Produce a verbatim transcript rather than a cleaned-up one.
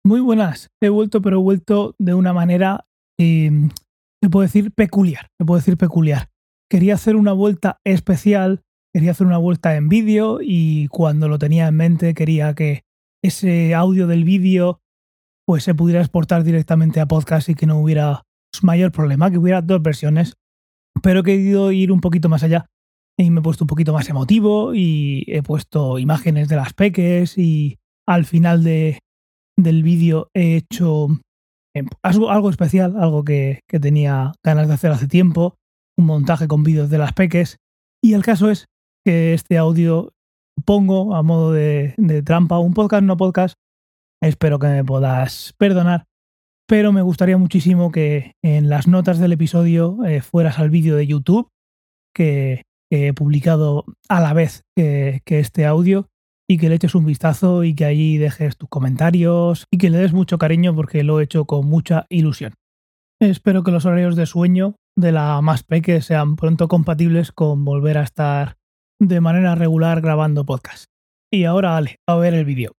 Muy buenas, he vuelto, pero he vuelto de una manera, eh, se puede decir peculiar, se puede decir peculiar. Quería hacer una vuelta especial, quería hacer una vuelta en vídeo y cuando lo tenía en mente quería que ese audio del vídeo pues se pudiera exportar directamente a podcast y que no hubiera pues, mayor problema, que hubiera dos versiones, pero he querido ir un poquito más allá y me he puesto un poquito más emotivo y he puesto imágenes de las peques y al final de del vídeo he hecho eh, algo, algo especial, algo que, que tenía ganas de hacer hace tiempo, un montaje con vídeos de las peques. Y el caso es que este audio pongo a modo de, de trampa, un podcast, no podcast. Espero que me puedas perdonar, pero me gustaría muchísimo que en las notas del episodio eh, fueras al vídeo de YouTube que, que he publicado a la vez que, que este audio y que le eches un vistazo y que allí dejes tus comentarios y que le des mucho cariño porque lo he hecho con mucha ilusión. Espero que los horarios de sueño de la más peque sean pronto compatibles con volver a estar de manera regular grabando podcast. Y ahora, Ale, a ver el vídeo.